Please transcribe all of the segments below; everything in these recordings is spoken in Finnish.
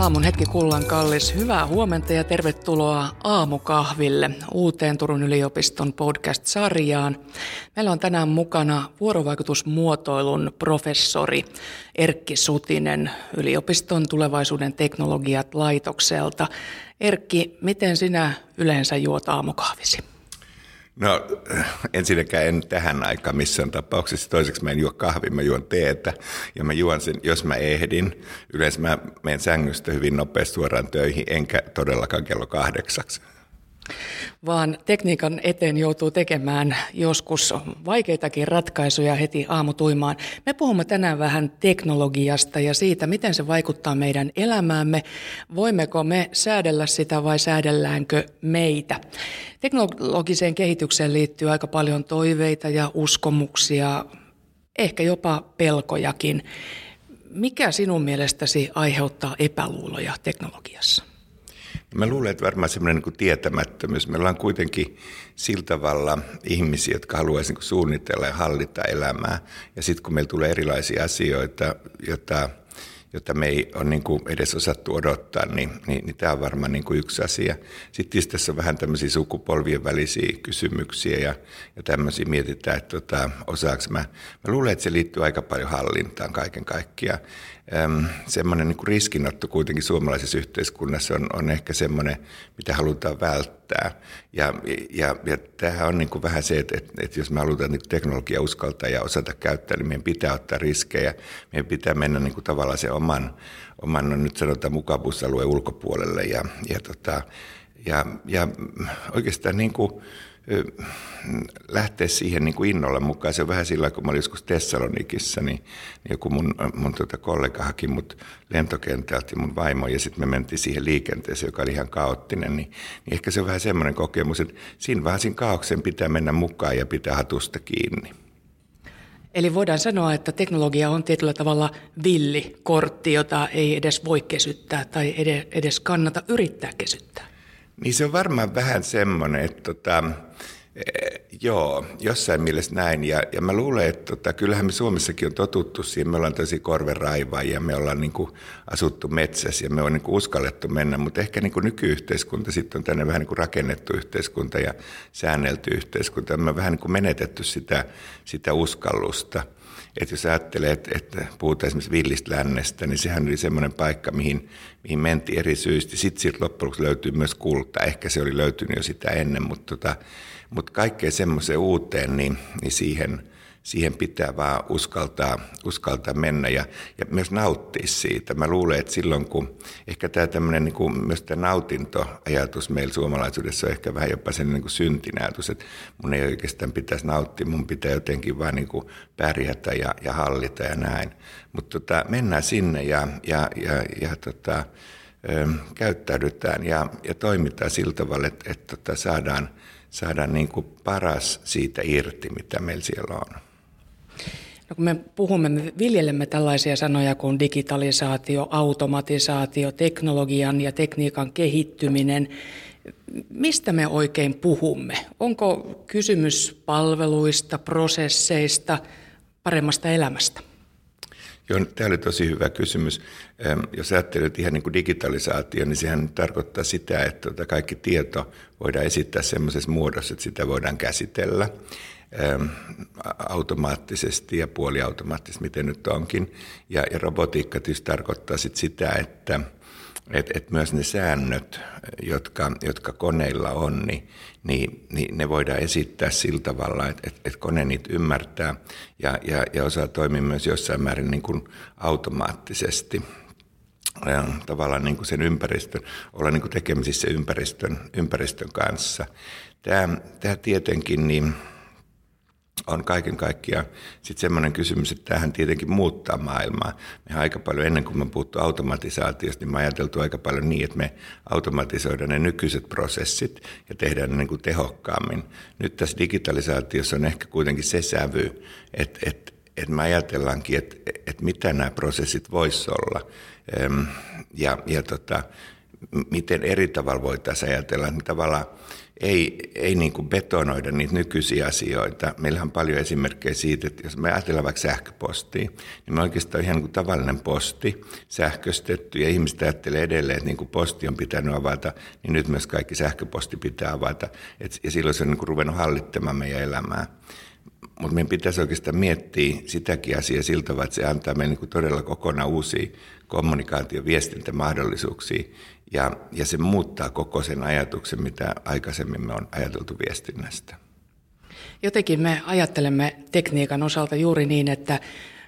Aamun hetki kullan kallis. Hyvää huomenta ja tervetuloa Aamukahville, uuteen Turun yliopiston podcast-sarjaan. Meillä on tänään mukana vuorovaikutusmuotoilun professori Erkki Sutinen yliopiston tulevaisuuden teknologiat laitokselta. Erkki, miten sinä yleensä juot aamukahvisi? No ensinnäkään en tähän aikaan missään tapauksessa. Toiseksi mä en juo kahvia, mä juon teetä ja mä juon sen, jos mä ehdin. Yleensä mä menen sängystä hyvin nopeasti suoraan töihin, enkä todellakaan kello 8. Vaan tekniikan eteen joutuu tekemään joskus vaikeitakin ratkaisuja heti aamutuimaan. Me puhumme tänään vähän teknologiasta ja siitä, miten se vaikuttaa meidän elämäämme. Voimmeko me säädellä sitä vai säädelläänkö meitä? Teknologiseen kehitykseen liittyy aika paljon toiveita ja uskomuksia, ehkä jopa pelkojakin. Mikä sinun mielestäsi aiheuttaa epäluuloja teknologiassa? Mä luulen, että varmaan semmoinen niin tietämättömyys. Meillä on kuitenkin sillä tavalla ihmisiä, jotka haluaisivat suunnitella ja hallita elämää. Ja sitten kun meillä tulee erilaisia asioita, jota me ei ole niin kuin edes osattu odottaa, niin tämä on varmaan niin kuin yksi asia. Sitten tässä on vähän tämmöisiä sukupolvien välisiä kysymyksiä ja tämmöisiä mietitään, että osaanko mä. Mä luulen, että se liittyy aika paljon hallintaan kaiken kaikkiaan. Semmoinen niin kuin riskinotto kuitenkin suomalaisessa yhteiskunnassa on ehkä semmoinen, mitä halutaan välttää. Ja tämähän on niin kuin vähän se, että jos me halutaan niin teknologiaa uskaltaa ja osata käyttää, niin meidän pitää ottaa riskejä. Meidän pitää mennä niin kuin tavallaan se oman no nyt sanotaan mukavuusalueen ulkopuolelle. Ja oikeastaan niin kuin lähteä siihen niin kuin innolla mukaan. Se on vähän sillä, kun mä olin joskus Thessalonikissa, niin joku mun kollega haki mut lentokentältä ja mun vaimo, ja sitten me mentiin siihen liikenteeseen, joka oli ihan kaoottinen, niin ehkä se on vähän semmoinen kokemus, että siinä kaaoksen pitää mennä mukaan ja pitää hatusta kiinni. Eli voidaan sanoa, että teknologia on tietyllä tavalla villikortti, jota ei edes voi kesyttää tai edes kannata yrittää kesyttää. Niin se on varmaan vähän semmoinen, että joo, jossain mielessä näin. Ja mä luulen, että kyllähän me Suomessakin on totuttu siihen. Me ollaan tosi korvenraivaajia, me ollaan niin kuin asuttu metsässä ja me on niin kuin uskallettu mennä. Mutta ehkä niin kuin nykyyhteiskunta sitten on tänne vähän niin kuin rakennettu yhteiskunta ja säännelty yhteiskunta. Me on vähän niin kuin menetetty sitä uskallusta. Että jos ajattelee, että puhutaan esimerkiksi villistä lännestä, niin sehän oli semmoinen paikka, mihin mentiin eri syistä. Sitten loppujen lopuksi löytyy myös kulta. Ehkä se oli löytynyt jo sitä ennen, mutta kaikkeen semmoiseen uuteen, niin siihen pitää vaan uskaltaa mennä ja myös nauttia siitä. Mä luulen, että silloin kun ehkä tämä tämmöinen niin kuin myös tämä nautintoajatus meillä suomalaisuudessa on ehkä vähän jopa sen niin kuin syntinäytys, että mun ei oikeastaan pitäisi nauttia, mun pitää jotenkin vaan niin kuin pärjätä ja hallita ja näin. Mutta mennään sinne ja käyttäydytään ja toimitaan sillä tavalla, että saadaan niin kuin paras siitä irti, mitä meillä siellä on. No kun me viljelemme tällaisia sanoja kuin digitalisaatio, automatisaatio, teknologian ja tekniikan kehittyminen. Mistä me oikein puhumme? Onko kysymys palveluista, prosesseista, paremmasta elämästä? Joo, tämä oli tosi hyvä kysymys. Jos ajattelet ihan niin kuin digitalisaatio, niin sehän tarkoittaa sitä, että kaikki tieto voidaan esittää semmoisessa muodossa, että sitä voidaan käsitellä automaattisesti ja puoliautomaattisesti, miten nyt onkin. Ja robotiikka tietysti tarkoittaa sitä, että myös ne säännöt, jotka koneilla on, niin ne voidaan esittää sillä tavalla, että kone niitä ymmärtää ja osaa toimia myös jossain määrin niin kuin automaattisesti. Tavallaan niin kuin sen ympäristön, olla niin kuin tekemisissä ympäristön kanssa. Tämä tietenkin niin on kaiken kaikkiaan sitten semmoinen kysymys, että tämähän tietenkin muuttaa maailmaa. Mehän aika paljon ennen kuin me puhuttu automatisaatiosta, niin me ajateltu aika paljon niin, että me automatisoidaan ne nykyiset prosessit ja tehdään ne niin kuin tehokkaammin. Nyt tässä digitalisaatiossa on ehkä kuitenkin se sävy, että me ajatellaankin, että mitä nämä prosessit voisi olla ja miten eri tavalla voitaisiin ajatella, niin tavallaan ei niin kuin betonoida niitä nykyisiä asioita. Meillähän on paljon esimerkkejä siitä, että jos me ajatellaan vaikka sähköpostia, niin me oikeastaan ihan niin kuin tavallinen posti sähköstetty ja ihmiset ajattelee edelleen, että niin kuin posti on pitänyt avata, niin nyt myös kaikki sähköposti pitää avata. Ja silloin se on niin kuin ruvennut hallittamaan meidän elämää. Mutta meidän pitäisi oikeastaan miettiä sitäkin asiaa siltä tavalla, että se antaa meille niin kuin todella kokonaan uusia kommunikaatio- ja viestintämahdollisuuksia. Ja se muuttaa koko sen ajatuksen, mitä aikaisemmin me on ajateltu viestinnästä. Jotenkin me ajattelemme tekniikan osalta juuri niin, että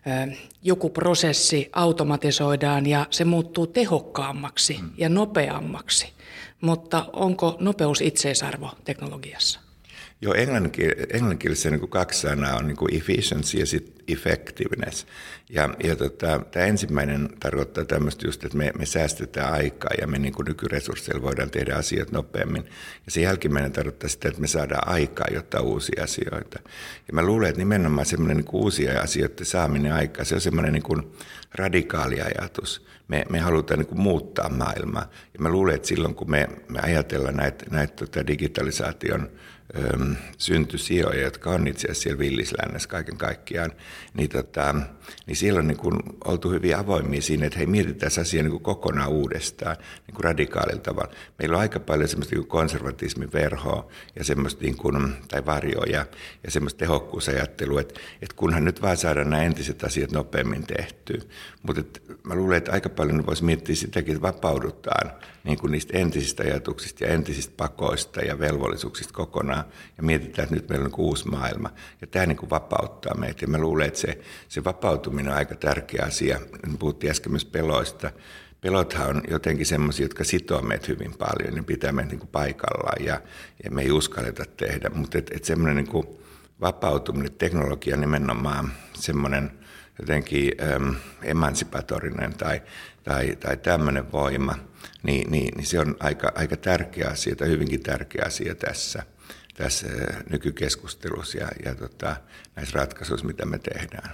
joku prosessi automatisoidaan ja se muuttuu tehokkaammaksi ja nopeammaksi. Mutta onko nopeus itseisarvo teknologiassa? Joo, englanninkielisessä niin 2 sanaa on niin kuin efficiency ja sitten effectiveness. Tämä ensimmäinen tarkoittaa tämmöistä just, että me säästetään aikaa ja me niin kuin nykyresursseilla voidaan tehdä asiat nopeammin. Ja se jälkimmäinen tarkoittaa sitä, että me saadaan aikaa, jotta uusia asioita. Ja mä luulen, että nimenomaan semmoinen niin kuin uusia asioiden saaminen aikaa, se on semmoinen niin kuin radikaali ajatus. Me halutaan niin kuin muuttaa maailmaa. Ja mä luulen, että silloin kun me ajatellaan näitä digitalisaation syntysijoja, jotka on itse asiassa siellä villislännessä kaiken kaikkiaan, niin siellä on niin kuin oltu hyvin avoimia siinä, että hei, mietitään asiaa niin kuin kokonaan uudestaan, niin kuin radikaalilla tavalla. Meillä on aika paljon semmoista niin kuin konservatismin verhoa ja semmoista niin kuin, tai varjoja ja semmoista tehokkuusajattelua, että kunhan nyt vaan saadaan nämä entiset asiat nopeammin tehtyä. Mutta mä luulen, että aika paljon voisi miettiä sitäkin, että vapaudutaan niin kuin niistä entisistä ajatuksista ja entisistä pakoista ja velvollisuuksista kokonaan ja mietitään, että nyt meillä on uusi maailma. Ja tämä niin kuin vapauttaa meitä ja mä luulen, että se vapautuminen on aika tärkeä asia. Puhuttiin äsken myös peloista. Pelothan on jotenkin semmoisia, jotka sitoo meitä hyvin paljon, ne pitää meitä niin kuin paikallaan ja me ei uskalleta tehdä. Mutta semmoinen niin kuin vapautuminen, teknologia on nimenomaan semmoinen jotenkin emansipatorinen tai tämmöinen voima, niin se on aika tärkeä asia tai hyvinkin tärkeä asia tässä nykykeskustelussa ja näissä ratkaisuissa, mitä me tehdään.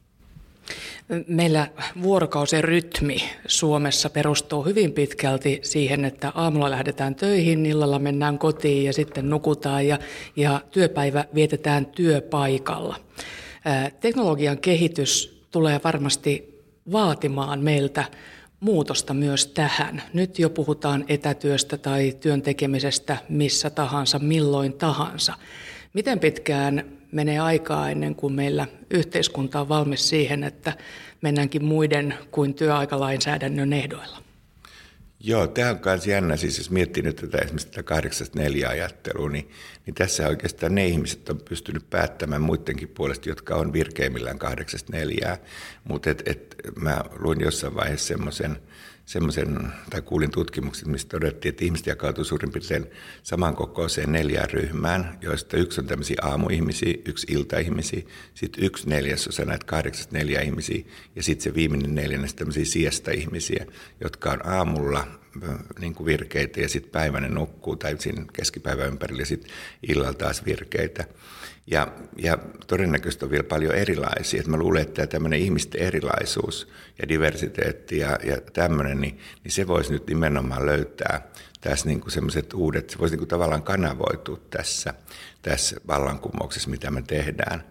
Meillä vuorokausien rytmi Suomessa perustuu hyvin pitkälti siihen, että aamulla lähdetään töihin, illalla mennään kotiin ja sitten nukutaan ja työpäivä vietetään työpaikalla. Teknologian kehitys tulee varmasti vaatimaan meiltä muutosta myös tähän. Nyt jo puhutaan etätyöstä tai työn tekemisestä missä tahansa, milloin tahansa. Miten pitkään menee aikaa ennen kuin meillä yhteiskunta on valmis siihen, että mennäänkin muiden kuin työaikalainsäädännön ehdoilla? Joo, tämä on myös jännä. Siis jos miettii nyt esimerkiksi tätä 8-4-ajattelua, niin tässä oikeastaan ne ihmiset on pystynyt päättämään muidenkin puolesta, jotka on virkeimmillään 8-4. Mutta mä luin jossain vaiheessa semmoisen, tai kuulin tutkimukset, missä todettiin, että ihmiset jakautuu suurin piirtein samankokoiseen 4 ryhmään, joista yksi on tämmöisiä aamuihmisiä, yksi iltaihmisiä, sitten 1/4 näitä 8-4 ihmisiä, ja sitten se viimeinen 4 tämmöisiä siesta-ihmisiä, jotka on aamulla niin kuin virkeitä ja sitten päivänä nukkuu tai siinä keskipäivän ympärillä ja sitten illalla taas virkeitä. Ja todennäköisesti on vielä paljon erilaisia. Et mä luulen, että tämmöinen ihmisten erilaisuus ja diversiteetti ja tämmöinen, niin se voisi nyt nimenomaan löytää tässä niin kuin sellaiset uudet, se voisi niin kuin tavallaan kanavoitua tässä vallankumouksessa, mitä me tehdään.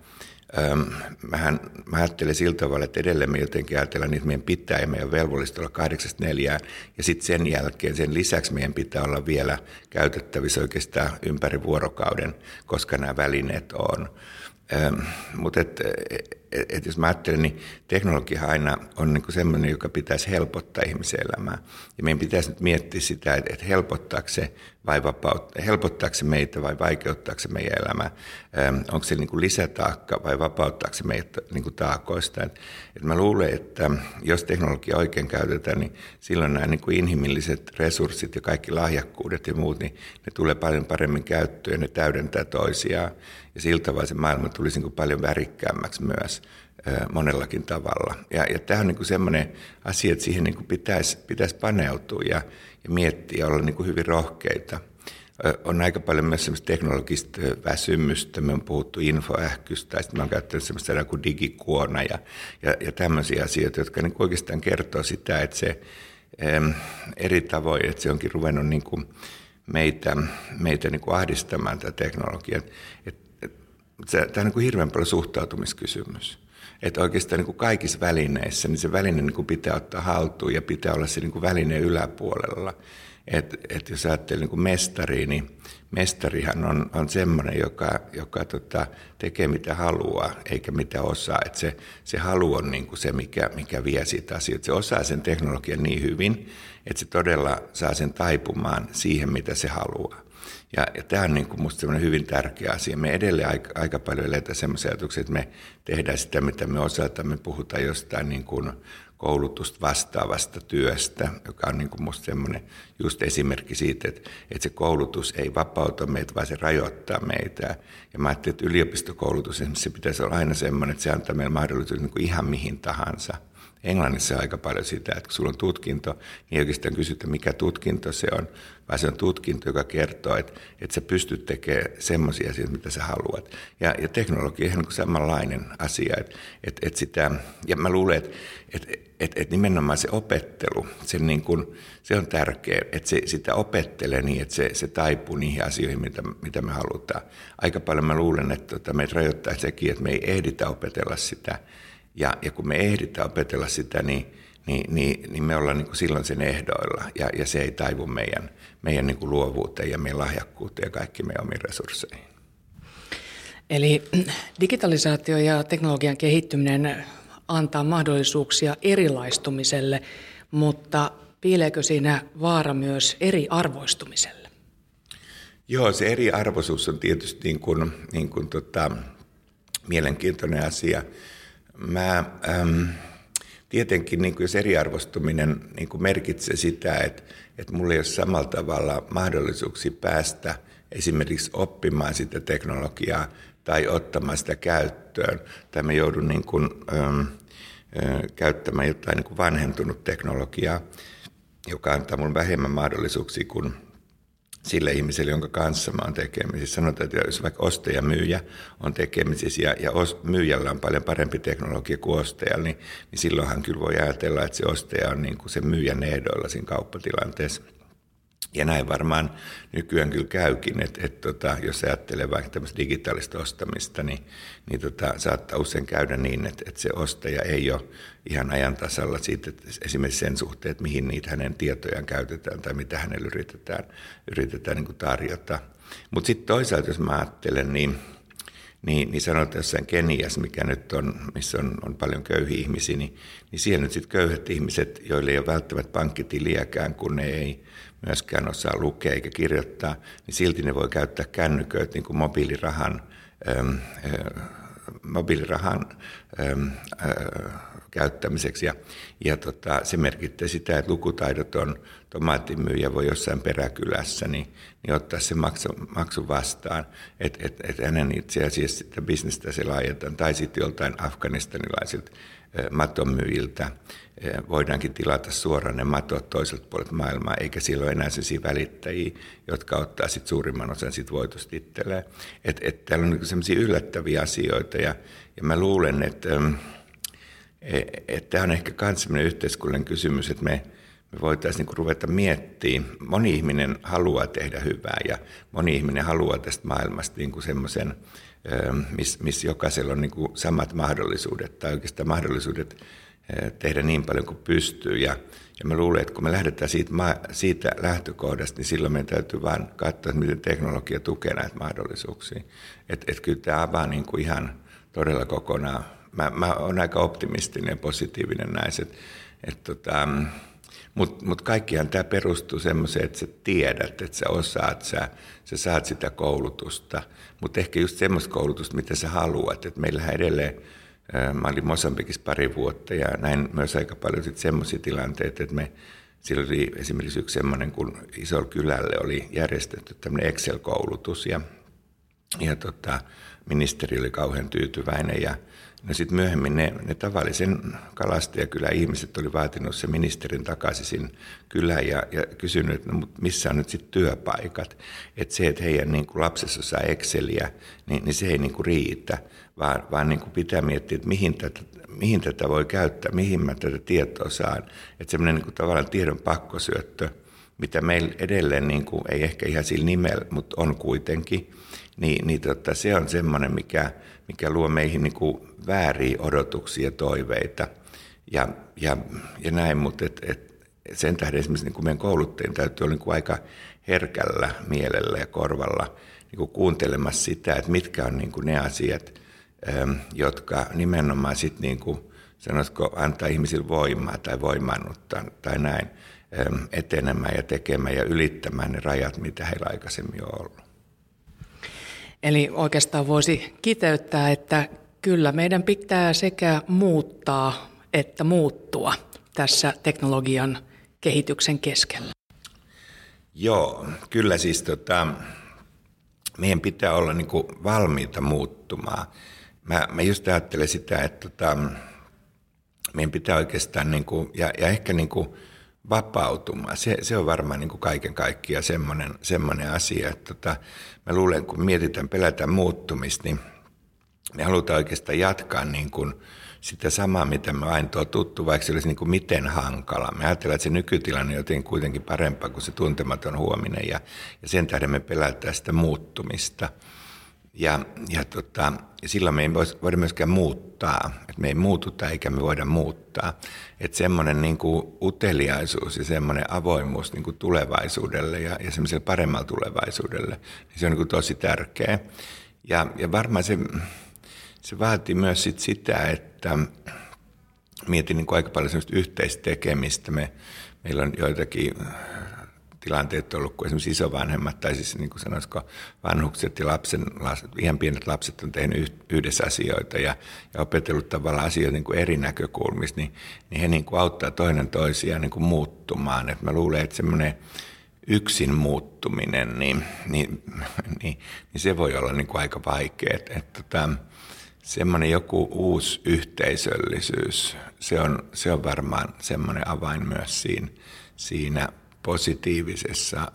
Mä ajattelen sillä tavalla, että edelleen me jotenkin ajatellaan, että meidän pitää ja meidän velvollista olla 8-4 ja sitten sen jälkeen, sen lisäksi meidän pitää olla vielä käytettävissä oikeastaan ympäri vuorokauden, koska nämä välineet on. Mutta jos mä ajattelen, niin teknologia aina on niin semmoinen, joka pitäisi helpottaa ihmisen elämää. Ja meidän pitäisi nyt miettiä sitä, että helpottaako se meitä vai vaikeuttaako se meidän elämää. Onko se niin kuin lisätaakka vai vapauttaako se meitä niin kuin taakoista. Et mä luulen, että jos teknologia oikein käytetään, niin silloin nämä niin kuin inhimilliset resurssit ja kaikki lahjakkuudet ja muut, niin ne tulee paljon paremmin käyttöön ja ne täydentää toisiaan. Ja sillä tavalla se maailma tulisi niin kuin paljon värikkäämmäksi myös monellakin tavalla. Ja tämä on niin kuin semmoinen asia, että siihen niin kuin pitäisi paneutua ja miettiä ja olla niin kuin hyvin rohkeita. On aika paljon myös semmoista teknologista väsymystä. Me on puhuttu infoähkystä ja sitten mä oon käyttänyt semmoista sanaa kuin digikuona ja tämmöisiä asioita, jotka niin kuin oikeastaan kertoo sitä, että se eri tavoin, että se onkin ruvennut niin kuin meitä niin kuin ahdistamaan tämä teknologia. Tämä on niin kuin hirveän paljon suhtautumiskysymys. Että oikeastaan niin kuin kaikissa välineissä niin se väline niin kuin pitää ottaa haltuun ja pitää olla se niin kuin välineen yläpuolella. Että jos ajattelee niin kuin mestaria, niin mestarihan on semmoinen, joka tekee mitä haluaa eikä mitä osaa. Että se halu on niin kuin se, mikä vie siitä asioita. Se osaa sen teknologian niin hyvin, että se todella saa sen taipumaan siihen, mitä se haluaa. Ja tämä on niin kuin musta semmoinen hyvin tärkeä asia. Me edelleen aika paljon eletään semmoisia ajatuksia, että me tehdään sitä, mitä me osataan. Me puhutaan jostain niin kuin koulutusta vastaavasta työstä, joka on niin kuin musta semmoinen just esimerkki siitä, että se koulutus ei vapauta meitä, vaan se rajoittaa meitä. Ja mä ajattelin, että yliopistokoulutus esimerkiksi se pitäisi olla aina semmoinen, että se antaa meille mahdollisuuden niin kuin ihan mihin tahansa. Englannissa on aika paljon sitä, että kun sulla on tutkinto, niin ei oikeastaan kysytä, mikä tutkinto se on, vaan se on tutkinto, joka kertoo, että sä pystyt tekemään semmoisia asioita, mitä sä haluat. Ja teknologia on niin samanlainen asia, että sitä, ja mä luulen, että nimenomaan se opettelu, se on tärkeä, että se sitä opettelee niin, että se taipuu niihin asioihin, mitä me halutaan. Aika paljon mä luulen, että meitä rajoittaa sekin, että me ei ehditä opetella sitä. Ja kun me ehditään opetella sitä, niin me ollaan niin kuin silloin sen ehdoilla ja se ei taivu meidän niin kuin luovuuteen ja meidän lahjakkuuteen ja kaikki meidän omiin resursseihin. Eli digitalisaatio ja teknologian kehittyminen antaa mahdollisuuksia erilaistumiselle, mutta piileekö siinä vaara myös eriarvoistumiselle? Joo, se eriarvoisuus on tietysti mielenkiintoinen asia. Tietenkin niin kuin jos eriarvostuminen niin kuin merkitsee sitä, että mulla ei ole samalla tavalla mahdollisuuksia päästä esimerkiksi oppimaan sitä teknologiaa tai ottamaan sitä käyttöön, tai mä joudun niin kuin, käyttämään jotain niin kuin vanhentunut teknologiaa, joka antaa mulle vähemmän mahdollisuuksia kuin sille ihmiselle, jonka kanssa mä oon tekemisissä. Sanotaan, että jos vaikka ostaja ja myyjä on tekemisissä ja myyjällä on paljon parempi teknologia kuin ostajalla, niin silloinhan kyllä voi ajatella, että se ostaja on niin kuin se myyjän ehdoilla siinä kauppatilanteessa. Ja näin varmaan nykyään kyllä käykin, että jos ajattelee vaikka tämmöistä digitaalista ostamista, niin saattaa usein käydä niin, että se ostaja ei ole ihan ajan tasalla siitä, että esimerkiksi sen suhteen, että mihin niitä hänen tietojaan käytetään tai mitä hänelle yritetään niin kuin tarjota. Mutta sitten toisaalta, jos mä ajattelen, niin sanotaan jossain Keniassa, mikä nyt on, missä on paljon köyhiä ihmisiä, niin siellä nyt sitten köyhät ihmiset, joille ei ole välttämättä pankkitiliäkään, kun ne ei myöskään osaa lukea eikä kirjoittaa, niin silti ne voi käyttää kännyköitä niin kuin mobiilirahan käyttämiseksi. Ja se merkitsee sitä, että lukutaidoton tomaatinmyyjä voi jossain peräkylässä niin ottaa sen maksun vastaan, että hänen itse asiassa sitä bisnestä se laajentaa. Tai sitten joltain afganistanilaisilta matonmyyjiltä voidaankin tilata suoraan ne matot toiselta puolelta maailmaa, eikä siellä ole enää sellaisia välittäjiä, jotka ottaa sit suurimman osan sit voitosta itselleen. Täällä on sellaisia yllättäviä asioita, ja mä luulen, että tämä on ehkä myös sellainen yhteiskunnallinen kysymys, että me voitaisiin niin ruveta miettimään. Moni ihminen haluaa tehdä hyvää, ja moni ihminen haluaa tästä maailmasta niin semmoisen, missä jokaisella on niin kuin samat mahdollisuudet, tai oikeastaan mahdollisuudet tehdä niin paljon kuin pystyy. Ja mä luulen, että kun me lähdetään siitä lähtökohdasta, niin silloin meidän täytyy vain katsoa, miten teknologia tukee näitä mahdollisuuksia. Että kyllä tämä avaa niin kuin ihan todella kokonaan. Mä oon aika optimistinen ja positiivinen näissä. Mutta kaikkihan tämä perustuu semmoiseen, että sä tiedät, että sä osaat, sä saat sitä koulutusta. Mutta ehkä just semmoista koulutusta, mitä sä haluat. Et meillähän edelleen, mä olin Mosambikissa pari vuotta ja näin myös aika paljon semmoisia tilanteita, että silloin oli esimerkiksi yksi semmoinen, kun isolla kylälle oli järjestetty tämmöinen Excel-koulutus ja ministeri oli kauhean tyytyväinen ja no sitten myöhemmin ne tavallisen kalastajakylän ihmiset oli vaatinut se ministerin takaisin sinne kylään ja kysynyt, että no, missä on nyt sitten työpaikat. Että se, että heidän niin kuin lapsessa osaa Exceliä, niin se ei niin kuin riitä, vaan niin kuin pitää miettiä, että mihin tätä voi käyttää, mihin mä tätä tietoa saan. Että semmoinen niin kuin tavallaan tiedon pakkosyöttö, mitä meillä edelleen niin kuin, ei ehkä ihan sillä nimellä, mutta on kuitenkin, se on semmoinen, mikä luo meihin niin kuin vääriä odotuksia ja toiveita ja näin, mutta sen tähden esimerkiksi niin kuin meidän kouluttajien täytyy olla niin kuin aika herkällä mielellä ja korvalla niin kuin kuuntelemassa sitä, että mitkä on niin kuin ne asiat, jotka nimenomaan sitten niin kuin, sanoisiko, antaa ihmisille voimaa tai voimaannuttaa tai näin etenemään ja tekemään ja ylittämään ne rajat, mitä heillä aikaisemmin on ollut. Eli oikeastaan voisi kiteyttää, että kyllä meidän pitää sekä muuttaa että muuttua tässä teknologian kehityksen keskellä. Joo, kyllä siis meidän pitää olla niin kuin valmiita muuttumaan. Mä just ajattelen sitä, että meidän pitää oikeastaan niin kuin, ja ehkä niin kuin vapautumaan. Se on varmaan niin kuin kaiken kaikkiaan semmoinen asia, että mä luulen, kun pelätään muuttumista, niin me halutaan oikeastaan jatkaa niin kuin sitä samaa, mitä me aina totuttu, vaikka se olisi niin kuin miten hankala. Me ajatellaan, että se nykytilanne on jotenkin kuitenkin parempaa kuin se tuntematon huominen, ja sen tähden me pelätään sitä muuttumista. Ja silloin me ei voida myöskään muuttaa, että me ei muututa eikä me voida muuttaa. Että semmoinen niin kuin uteliaisuus ja semmoinen avoimuus niin kuin tulevaisuudelle ja semmoiselle paremmalle tulevaisuudelle, niin se on niin kuin tosi tärkeä. Ja varmaan se vaatii myös sitä, että mietin niin kuin aika paljon semmoista yhteistekemistä. Meillä on joitakin tilanteet ollut, kun esimerkiksi isovanhemmat, tai siis niin kuin sanoisiko vanhukset ja ihan pienet lapset on tehnyt yhdessä asioita ja opetellut tavallaan asioita niin kuin eri näkökulmista, niin he niin kuin auttaa toinen toisiaan niin kuin muuttumaan. Et mä luulen, että semmoinen yksin muuttuminen, niin se voi olla niin kuin aika vaikea. Semmoinen joku uusi yhteisöllisyys, se on varmaan semmoinen avain myös siinä positiivisessa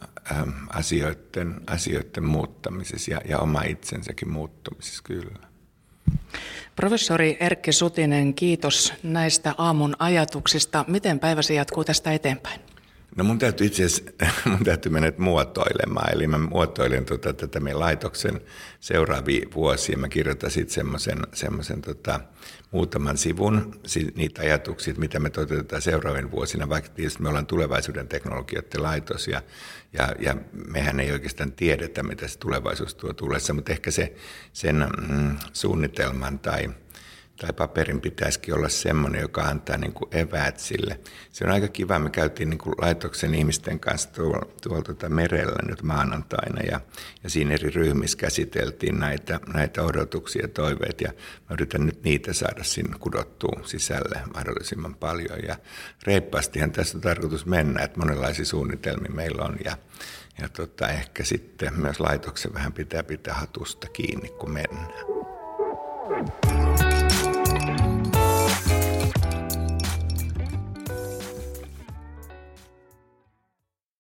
asioiden muuttamisessa ja oma itsensäkin muuttumisessa kyllä. Professori Erkki Sutinen, kiitos näistä aamun ajatuksista. Miten päiväsi jatkuu tästä eteenpäin? No mun täytyy mennä muotoilemaan, eli mä muotoilen tätä meidän laitoksen seuraavia vuosia. Mä kirjoitan sitten semmoisen muutaman sivun niitä ajatuksia, mitä me toteutetaan seuraavien vuosina, vaikka tietysti me ollaan tulevaisuuden teknologioiden laitos ja mehän ei oikeastaan tiedetä, mitä se tulevaisuus tuo tullessa, mutta ehkä sen suunnitelman tai paperin pitäisikin olla semmoinen, joka antaa niin kuin eväät sille. Se on aika kiva. Me käytiin niin kuin laitoksen ihmisten kanssa tuolla merellä nyt maanantaina ja siinä eri ryhmissä käsiteltiin näitä odotuksia ja toiveita ja mä yritän nyt niitä saada sinne kudottua sisälle mahdollisimman paljon ja reippaastihan tässä on tarkoitus mennä, että monenlaisia suunnitelmia meillä on ja ehkä sitten myös laitoksen vähän pitää hatusta kiinni, kun mennään.